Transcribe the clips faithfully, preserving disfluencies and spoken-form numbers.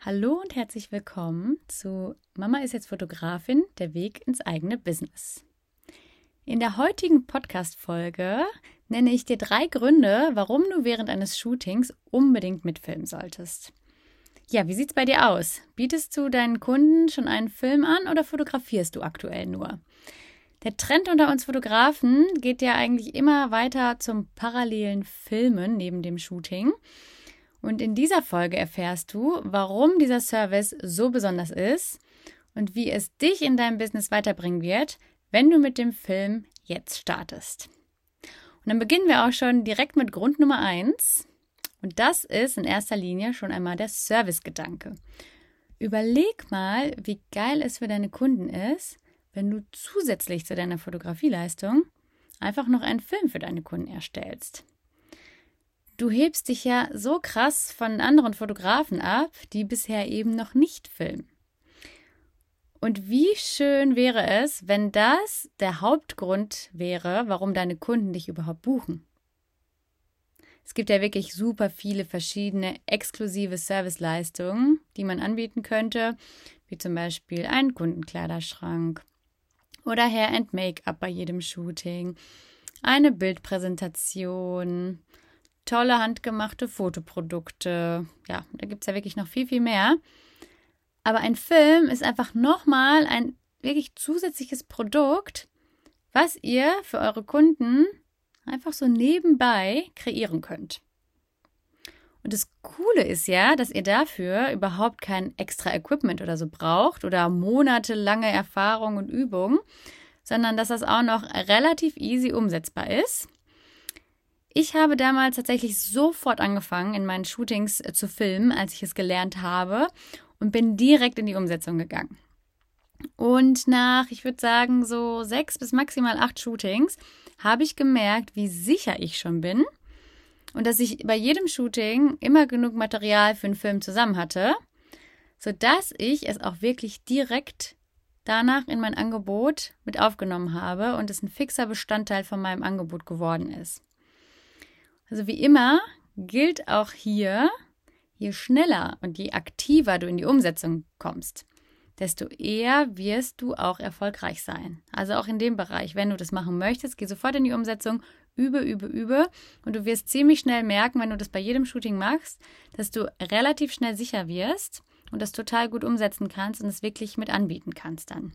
Hallo und herzlich willkommen zu Mama ist jetzt Fotografin, der Weg ins eigene Business. In der heutigen Podcast-Folge nenne ich dir drei Gründe, warum du während eines Shootings unbedingt mitfilmen solltest. Ja, wie sieht's bei dir aus? Bietest du deinen Kunden schon einen Film an oder fotografierst du aktuell nur? Der Trend unter uns Fotografen geht ja eigentlich immer weiter zum parallelen Filmen neben dem Shooting. Und in dieser Folge erfährst du, warum dieser Service so besonders ist und wie es dich in deinem Business weiterbringen wird, wenn du mit dem Film jetzt startest. Und dann beginnen wir auch schon direkt mit Grund Nummer eins. Und das ist in erster Linie schon einmal der Servicegedanke. Überleg mal, wie geil es für deine Kunden ist, wenn du zusätzlich zu deiner Fotografieleistung einfach noch einen Film für deine Kunden erstellst. Du hebst dich ja so krass von anderen Fotografen ab, die bisher eben noch nicht filmen. Und wie schön wäre es, wenn das der Hauptgrund wäre, warum deine Kunden dich überhaupt buchen. Es gibt ja wirklich super viele verschiedene exklusive Serviceleistungen, die man anbieten könnte, wie zum Beispiel einen Kundenkleiderschrank oder Hair and Make-up bei jedem Shooting, eine Bildpräsentation, tolle handgemachte Fotoprodukte. Ja, da gibt es ja wirklich noch viel, viel mehr. Aber ein Film ist einfach nochmal ein wirklich zusätzliches Produkt, was ihr für eure Kunden einfach so nebenbei kreieren könnt. Und das Coole ist ja, dass ihr dafür überhaupt kein extra Equipment oder so braucht oder monatelange Erfahrung und Übung, sondern dass das auch noch relativ easy umsetzbar ist. Ich habe damals tatsächlich sofort angefangen, in meinen Shootings zu filmen, als ich es gelernt habe und bin direkt in die Umsetzung gegangen. Und nach, ich würde sagen, so sechs bis maximal acht Shootings habe ich gemerkt, wie sicher ich schon bin und dass ich bei jedem Shooting immer genug Material für einen Film zusammen hatte, sodass ich es auch wirklich direkt danach in mein Angebot mit aufgenommen habe und es ein fixer Bestandteil von meinem Angebot geworden ist. Also wie immer gilt auch hier, je schneller und je aktiver du in die Umsetzung kommst, desto eher wirst du auch erfolgreich sein. Also auch in dem Bereich, wenn du das machen möchtest, geh sofort in die Umsetzung, übe, übe, übe und du wirst ziemlich schnell merken, wenn du das bei jedem Shooting machst, dass du relativ schnell sicher wirst und das total gut umsetzen kannst und es wirklich mit anbieten kannst dann.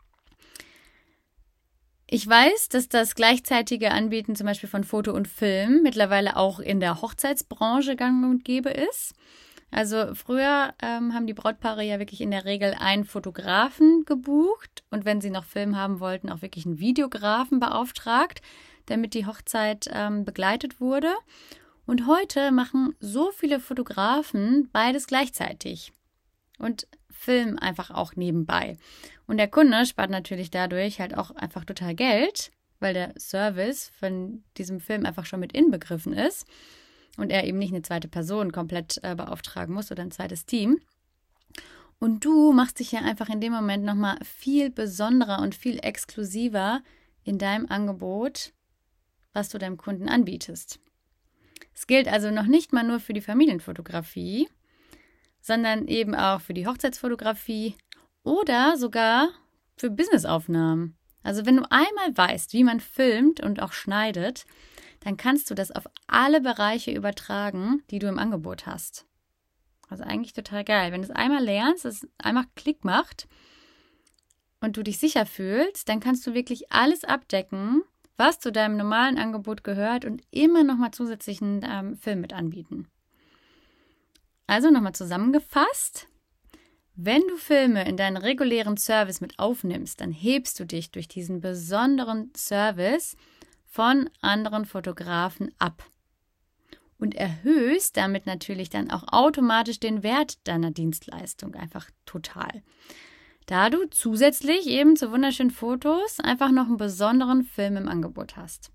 Ich weiß, dass das gleichzeitige Anbieten zum Beispiel von Foto und Film mittlerweile auch in der Hochzeitsbranche gang und gäbe ist. Also früher ähm, haben die Brautpaare ja wirklich in der Regel einen Fotografen gebucht und wenn sie noch Film haben wollten, auch wirklich einen Videografen beauftragt, damit die Hochzeit ähm, begleitet wurde. Und heute machen so viele Fotografen beides gleichzeitig und filmen einfach auch nebenbei. Und der Kunde spart natürlich dadurch halt auch einfach total Geld, weil der Service von diesem Film einfach schon mit inbegriffen ist und er eben nicht eine zweite Person komplett äh, beauftragen muss oder ein zweites Team. Und du machst dich ja einfach in dem Moment nochmal viel besonderer und viel exklusiver in deinem Angebot, was du deinem Kunden anbietest. Es gilt also noch nicht mal nur für die Familienfotografie, sondern eben auch für die Hochzeitsfotografie oder sogar für Businessaufnahmen. Also wenn du einmal weißt, wie man filmt und auch schneidet, dann kannst du das auf alle Bereiche übertragen, die du im Angebot hast. Also eigentlich total geil. Wenn du es einmal lernst, dass es einmal Klick macht und du dich sicher fühlst, dann kannst du wirklich alles abdecken, was zu deinem normalen Angebot gehört und immer nochmal zusätzlichen ähm, Film mit anbieten. Also nochmal zusammengefasst, wenn du Filme in deinen regulären Service mit aufnimmst, dann hebst du dich durch diesen besonderen Service von anderen Fotografen ab und erhöhst damit natürlich dann auch automatisch den Wert deiner Dienstleistung einfach total. Da du zusätzlich eben zu wunderschönen Fotos einfach noch einen besonderen Film im Angebot hast.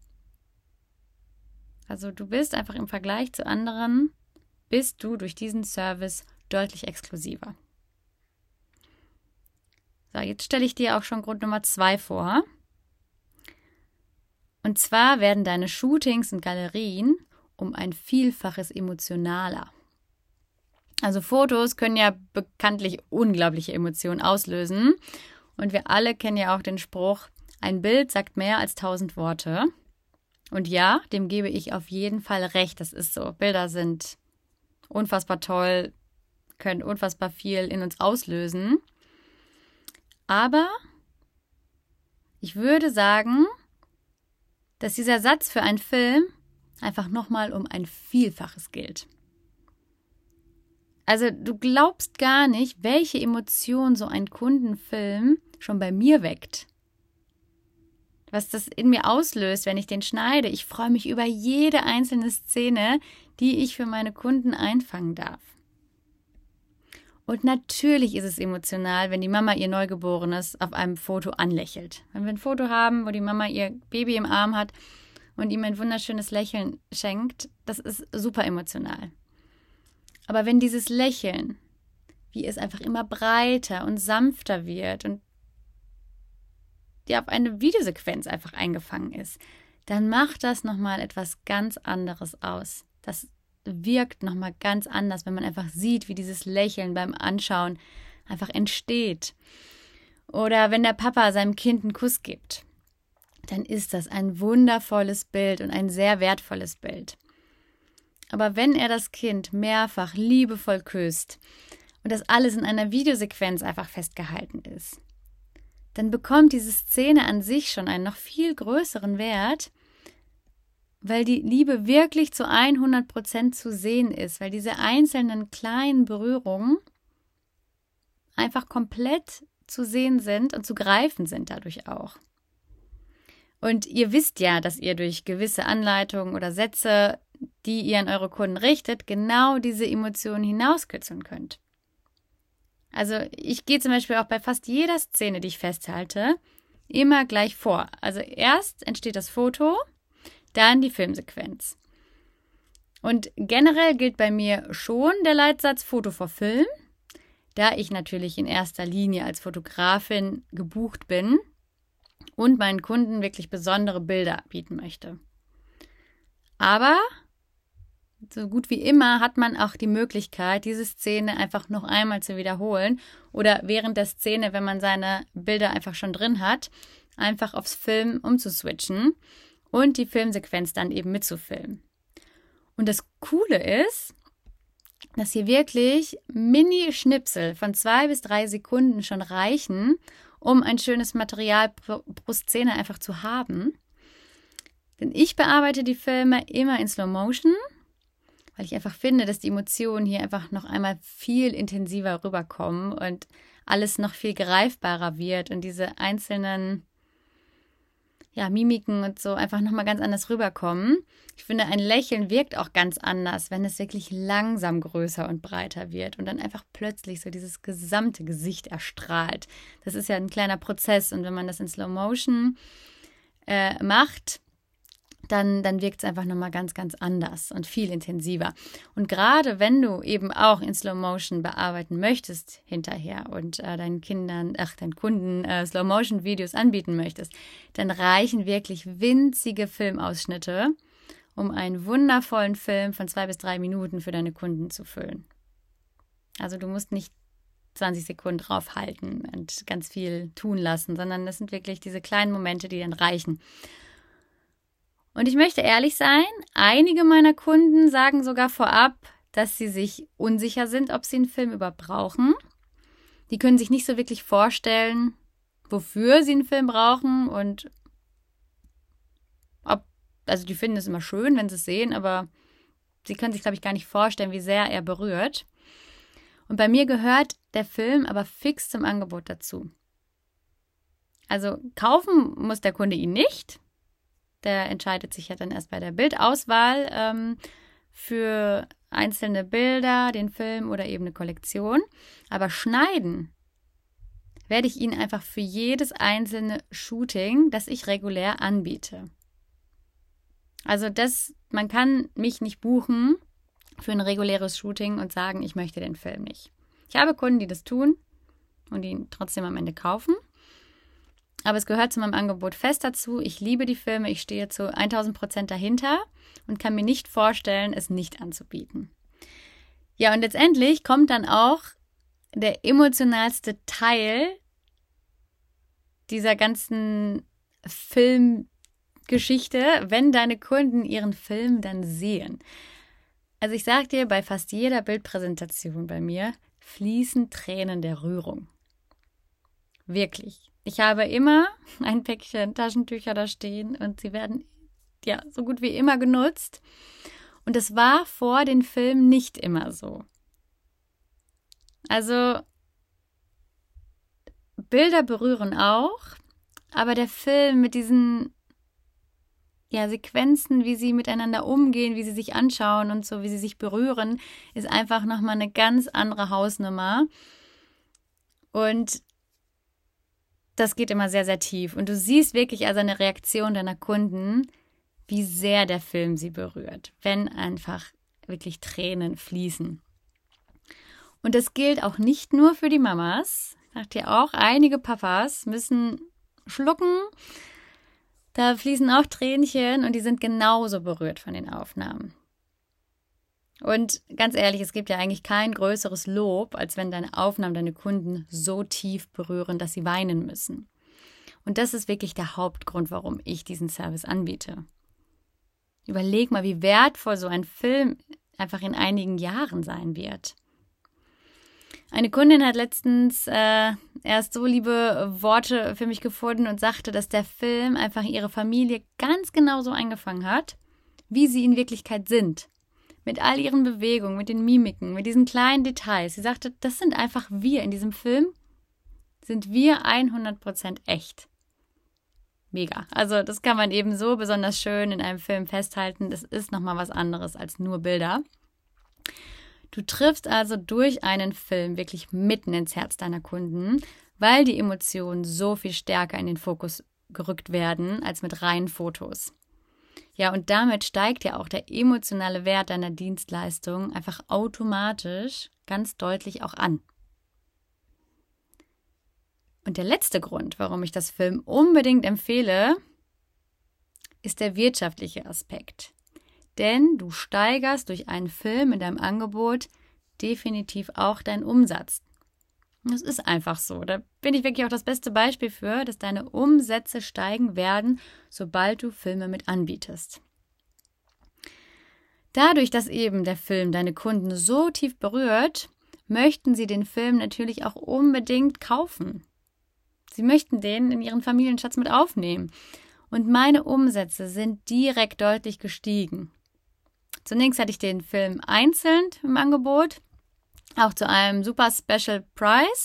Also du bist einfach im Vergleich zu anderen bist du durch diesen Service deutlich exklusiver. So, jetzt stelle ich dir auch schon Grund Nummer zwei vor. Und zwar werden deine Shootings und Galerien um ein Vielfaches emotionaler. Also Fotos können ja bekanntlich unglaubliche Emotionen auslösen. Und wir alle kennen ja auch den Spruch, ein Bild sagt mehr als tausend Worte. Und ja, dem gebe ich auf jeden Fall recht. Das ist so. Bilder sind unfassbar toll, können unfassbar viel in uns auslösen. Aber ich würde sagen, dass dieser Satz für einen Film einfach nochmal um ein Vielfaches gilt. Also du glaubst gar nicht, welche Emotion so ein Kundenfilm schon bei mir weckt. Was das in mir auslöst, wenn ich den schneide. Ich freue mich über jede einzelne Szene, die ich für meine Kunden einfangen darf. Und natürlich ist es emotional, wenn die Mama ihr Neugeborenes auf einem Foto anlächelt. Wenn wir ein Foto haben, wo die Mama ihr Baby im Arm hat und ihm ein wunderschönes Lächeln schenkt, das ist super emotional. Aber wenn dieses Lächeln, wie es einfach immer breiter und sanfter wird und ja, auf eine Videosequenz einfach eingefangen ist, dann macht das nochmal etwas ganz anderes aus. Das wirkt nochmal ganz anders, wenn man einfach sieht, wie dieses Lächeln beim Anschauen einfach entsteht. Oder wenn der Papa seinem Kind einen Kuss gibt, dann ist das ein wundervolles Bild und ein sehr wertvolles Bild. Aber wenn er das Kind mehrfach liebevoll küsst und das alles in einer Videosequenz einfach festgehalten ist, dann bekommt diese Szene an sich schon einen noch viel größeren Wert, weil die Liebe wirklich zu hundert Prozent zu sehen ist, weil diese einzelnen kleinen Berührungen einfach komplett zu sehen sind und zu greifen sind dadurch auch. Und ihr wisst ja, dass ihr durch gewisse Anleitungen oder Sätze, die ihr an eure Kunden richtet, genau diese Emotionen hinauskitzeln könnt. Also ich gehe zum Beispiel auch bei fast jeder Szene, die ich festhalte, immer gleich vor. Also erst entsteht das Foto, dann die Filmsequenz. Und generell gilt bei mir schon der Leitsatz Foto vor Film, da ich natürlich in erster Linie als Fotografin gebucht bin und meinen Kunden wirklich besondere Bilder bieten möchte. Aber so gut wie immer hat man auch die Möglichkeit, diese Szene einfach noch einmal zu wiederholen oder während der Szene, wenn man seine Bilder einfach schon drin hat, einfach aufs Film umzuswitchen und die Filmsequenz dann eben mitzufilmen. Und das Coole ist, dass hier wirklich Mini-Schnipsel von zwei bis drei Sekunden schon reichen, um ein schönes Material pro, pro Szene einfach zu haben. Denn ich bearbeite die Filme immer in Slow Motion, weil ich einfach finde, dass die Emotionen hier einfach noch einmal viel intensiver rüberkommen und alles noch viel greifbarer wird und diese einzelnen ja, Mimiken und so einfach nochmal ganz anders rüberkommen. Ich finde, ein Lächeln wirkt auch ganz anders, wenn es wirklich langsam größer und breiter wird und dann einfach plötzlich so dieses gesamte Gesicht erstrahlt. Das ist ja ein kleiner Prozess und wenn man das in Slow Motion äh, macht, dann, dann wirkt es einfach nochmal ganz, ganz anders und viel intensiver. Und gerade wenn du eben auch in Slow Motion bearbeiten möchtest hinterher und äh, deinen Kindern, ach, deinen Kunden äh, Slow Motion Videos anbieten möchtest, dann reichen wirklich winzige Filmausschnitte, um einen wundervollen Film von zwei bis drei Minuten für deine Kunden zu füllen. Also du musst nicht zwanzig Sekunden draufhalten und ganz viel tun lassen, sondern das sind wirklich diese kleinen Momente, die dann reichen. Und ich möchte ehrlich sein, einige meiner Kunden sagen sogar vorab, dass sie sich unsicher sind, ob sie einen Film überhaupt brauchen. Die können sich nicht so wirklich vorstellen, wofür sie einen Film brauchen und ob, also die finden es immer schön, wenn sie es sehen, aber sie können sich, glaube ich, gar nicht vorstellen, wie sehr er berührt. Und bei mir gehört der Film aber fix zum Angebot dazu. Also kaufen muss der Kunde ihn nicht. Der entscheidet sich ja dann erst bei der Bildauswahl ähm, für einzelne Bilder, den Film oder eben eine Kollektion. Aber schneiden werde ich ihn einfach für jedes einzelne Shooting, das ich regulär anbiete. Also das, man kann mich nicht buchen für ein reguläres Shooting und sagen, ich möchte den Film nicht. Ich habe Kunden, die das tun und ihn trotzdem am Ende kaufen. Aber es gehört zu meinem Angebot fest dazu. Ich liebe die Filme, ich stehe zu tausend Prozent dahinter und kann mir nicht vorstellen, es nicht anzubieten. Ja, und letztendlich kommt dann auch der emotionalste Teil dieser ganzen Filmgeschichte, wenn deine Kunden ihren Film dann sehen. Also ich sag dir, bei fast jeder Bildpräsentation bei mir fließen Tränen der Rührung. Wirklich. Ich habe immer ein Päckchen Taschentücher da stehen und sie werden ja so gut wie immer genutzt. Und das war vor den Filmen nicht immer so. Also Bilder berühren auch, aber der Film mit diesen ja, Sequenzen, wie sie miteinander umgehen, wie sie sich anschauen und so, wie sie sich berühren, ist einfach nochmal eine ganz andere Hausnummer. Und das geht immer sehr, sehr tief. Und du siehst wirklich also eine Reaktion deiner Kunden, wie sehr der Film sie berührt, wenn einfach wirklich Tränen fließen. Und das gilt auch nicht nur für die Mamas. Ich sag dir auch, einige Papas müssen schlucken. Da fließen auch Tränchen und die sind genauso berührt von den Aufnahmen. Und ganz ehrlich, es gibt ja eigentlich kein größeres Lob, als wenn deine Aufnahmen deine Kunden so tief berühren, dass sie weinen müssen. Und das ist wirklich der Hauptgrund, warum ich diesen Service anbiete. Überleg mal, wie wertvoll so ein Film einfach in einigen Jahren sein wird. Eine Kundin hat letztens äh, erst so liebe Worte für mich gefunden und sagte, dass der Film einfach ihre Familie ganz genau so eingefangen hat, wie sie in Wirklichkeit sind. Mit all ihren Bewegungen, mit den Mimiken, mit diesen kleinen Details. Sie sagte, das sind einfach wir in diesem Film, sind wir hundert Prozent echt. Mega. Also das kann man eben so besonders schön in einem Film festhalten. Das ist nochmal was anderes als nur Bilder. Du triffst also durch einen Film wirklich mitten ins Herz deiner Kunden, weil die Emotionen so viel stärker in den Fokus gerückt werden als mit reinen Fotos. Ja, und damit steigt ja auch der emotionale Wert deiner Dienstleistung einfach automatisch ganz deutlich auch an. Und der letzte Grund, warum ich das Film unbedingt empfehle, ist der wirtschaftliche Aspekt. Denn du steigerst durch einen Film in deinem Angebot definitiv auch deinen Umsatz. Das ist einfach so. Da bin ich wirklich auch das beste Beispiel für, dass deine Umsätze steigen werden, sobald du Filme mit anbietest. Dadurch, dass eben der Film deine Kunden so tief berührt, möchten sie den Film natürlich auch unbedingt kaufen. Sie möchten den in ihren Familienschatz mit aufnehmen. Und meine Umsätze sind direkt deutlich gestiegen. Zunächst hatte ich den Film einzeln im Angebot, auch zu einem super Special Price,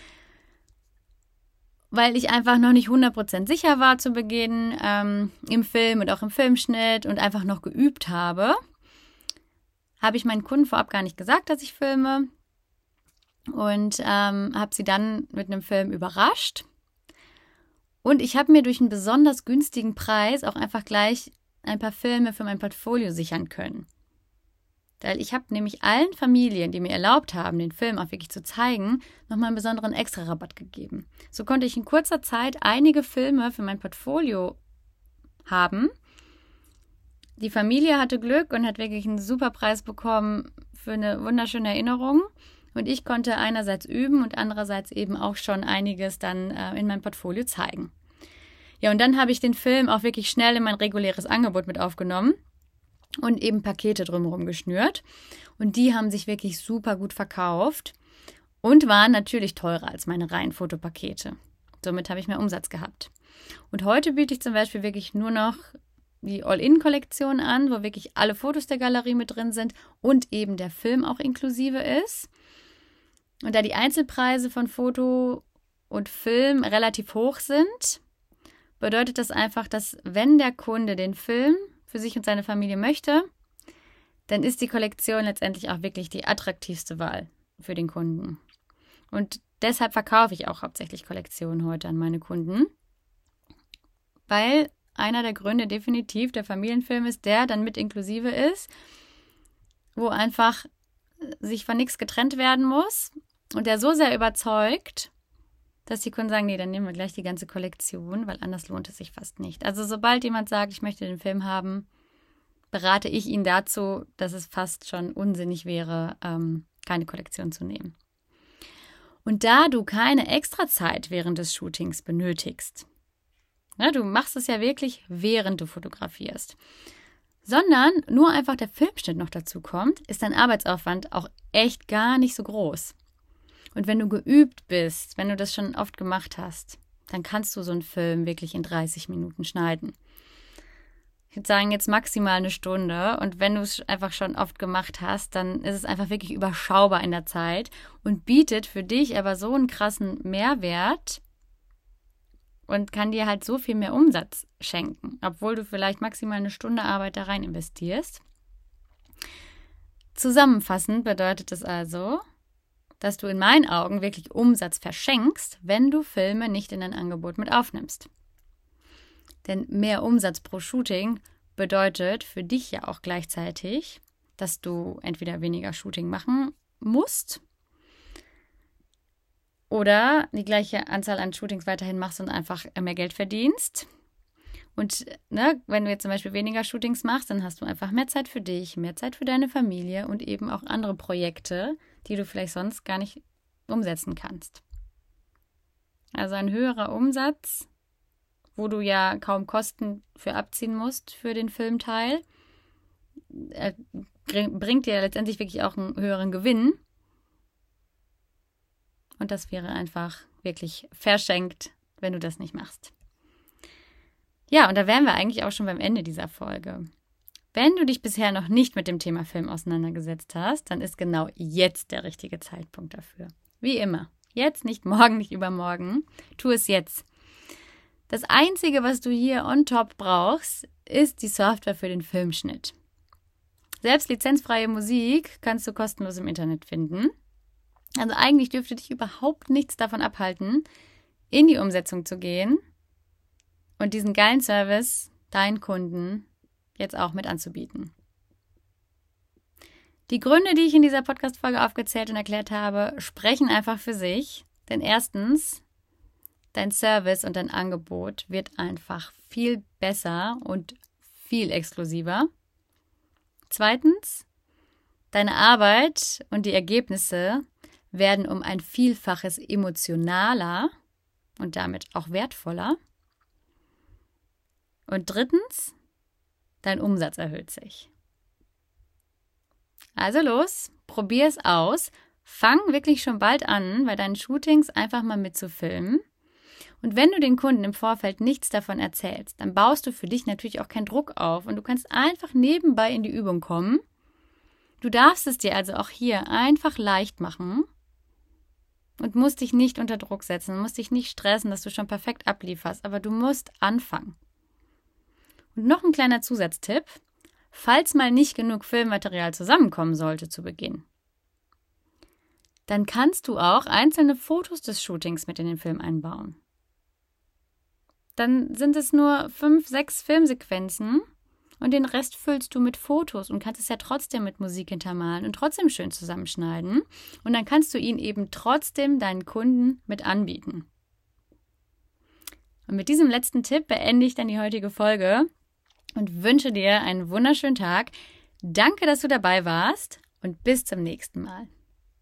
weil ich einfach noch nicht hundert Prozent sicher war zu Beginn ähm, im Film und auch im Filmschnitt und einfach noch geübt habe. Habe ich meinen Kunden vorab gar nicht gesagt, dass ich filme und ähm, habe sie dann mit einem Film überrascht. Und ich habe mir durch einen besonders günstigen Preis auch einfach gleich ein paar Filme für mein Portfolio sichern können. Weil ich habe nämlich allen Familien, die mir erlaubt haben, den Film auch wirklich zu zeigen, nochmal einen besonderen Extra-Rabatt gegeben. So konnte ich in kurzer Zeit einige Filme für mein Portfolio haben. Die Familie hatte Glück und hat wirklich einen super Preis bekommen für eine wunderschöne Erinnerung. Und ich konnte einerseits üben und andererseits eben auch schon einiges dann äh, in meinem Portfolio zeigen. Ja, und dann habe ich den Film auch wirklich schnell in mein reguläres Angebot mit aufgenommen und eben Pakete drumherum geschnürt. Und die haben sich wirklich super gut verkauft und waren natürlich teurer als meine reinen Fotopakete. Somit habe ich mehr Umsatz gehabt. Und heute biete ich zum Beispiel wirklich nur noch die All-In-Kollektion an, wo wirklich alle Fotos der Galerie mit drin sind und eben der Film auch inklusive ist. Und da die Einzelpreise von Foto und Film relativ hoch sind, bedeutet das einfach, dass wenn der Kunde den Film für sich und seine Familie möchte, dann ist die Kollektion letztendlich auch wirklich die attraktivste Wahl für den Kunden. Und deshalb verkaufe ich auch hauptsächlich Kollektionen heute an meine Kunden, weil einer der Gründe definitiv der Familienfilm ist, der dann mit inklusive ist, wo einfach sich von nichts getrennt werden muss und der so sehr überzeugt, dass die Kunden sagen, nee, dann nehmen wir gleich die ganze Kollektion, weil anders lohnt es sich fast nicht. Also sobald jemand sagt, ich möchte den Film haben, berate ich ihn dazu, dass es fast schon unsinnig wäre, ähm, keine Kollektion zu nehmen. Und da du keine Extrazeit während des Shootings benötigst, ja, du machst es ja wirklich, während du fotografierst, sondern nur einfach der Filmschnitt noch dazu kommt, ist dein Arbeitsaufwand auch echt gar nicht so groß. Und wenn du geübt bist, wenn du das schon oft gemacht hast, dann kannst du so einen Film wirklich in dreißig Minuten schneiden. Ich würde sagen, jetzt maximal eine Stunde. Und wenn du es einfach schon oft gemacht hast, dann ist es einfach wirklich überschaubar in der Zeit und bietet für dich aber so einen krassen Mehrwert und kann dir halt so viel mehr Umsatz schenken, obwohl du vielleicht maximal eine Stunde Arbeit da rein investierst. Zusammenfassend bedeutet es also, dass du in meinen Augen wirklich Umsatz verschenkst, wenn du Filme nicht in dein Angebot mit aufnimmst. Denn mehr Umsatz pro Shooting bedeutet für dich ja auch gleichzeitig, dass du entweder weniger Shooting machen musst oder die gleiche Anzahl an Shootings weiterhin machst und einfach mehr Geld verdienst. Und ne, wenn du jetzt zum Beispiel weniger Shootings machst, dann hast du einfach mehr Zeit für dich, mehr Zeit für deine Familie und eben auch andere Projekte, die du vielleicht sonst gar nicht umsetzen kannst. Also ein höherer Umsatz, wo du ja kaum Kosten für abziehen musst für den Filmteil, äh, bringt dir letztendlich wirklich auch einen höheren Gewinn. Und das wäre einfach wirklich verschenkt, wenn du das nicht machst. Ja, und da wären wir eigentlich auch schon beim Ende dieser Folge. Wenn du dich bisher noch nicht mit dem Thema Film auseinandergesetzt hast, dann ist genau jetzt der richtige Zeitpunkt dafür. Wie immer. Jetzt, nicht morgen, nicht übermorgen. Tu es jetzt. Das Einzige, was du hier on top brauchst, ist die Software für den Filmschnitt. Selbst lizenzfreie Musik kannst du kostenlos im Internet finden. Also eigentlich dürfte dich überhaupt nichts davon abhalten, in die Umsetzung zu gehen und diesen geilen Service deinen Kunden jetzt auch mit anzubieten. Die Gründe, die ich in dieser Podcast-Folge aufgezählt und erklärt habe, sprechen einfach für sich. Denn erstens, dein Service und dein Angebot wird einfach viel besser und viel exklusiver. Zweitens, deine Arbeit und die Ergebnisse werden um ein Vielfaches emotionaler und damit auch wertvoller. Und drittens, dein Umsatz erhöht sich. Also los, probier es aus. Fang wirklich schon bald an, bei deinen Shootings einfach mal mitzufilmen. Und wenn du den Kunden im Vorfeld nichts davon erzählst, dann baust du für dich natürlich auch keinen Druck auf und du kannst einfach nebenbei in die Übung kommen. Du darfst es dir also auch hier einfach leicht machen und musst dich nicht unter Druck setzen, musst dich nicht stressen, dass du schon perfekt ablieferst, aber du musst anfangen. Und noch ein kleiner Zusatztipp, falls mal nicht genug Filmmaterial zusammenkommen sollte zu Beginn, dann kannst du auch einzelne Fotos des Shootings mit in den Film einbauen. Dann sind es nur fünf, sechs Filmsequenzen und den Rest füllst du mit Fotos und kannst es ja trotzdem mit Musik hintermalen und trotzdem schön zusammenschneiden. Und dann kannst du ihn eben trotzdem deinen Kunden mit anbieten. Und mit diesem letzten Tipp beende ich dann die heutige Folge und wünsche dir einen wunderschönen Tag. Danke, dass du dabei warst und bis zum nächsten Mal.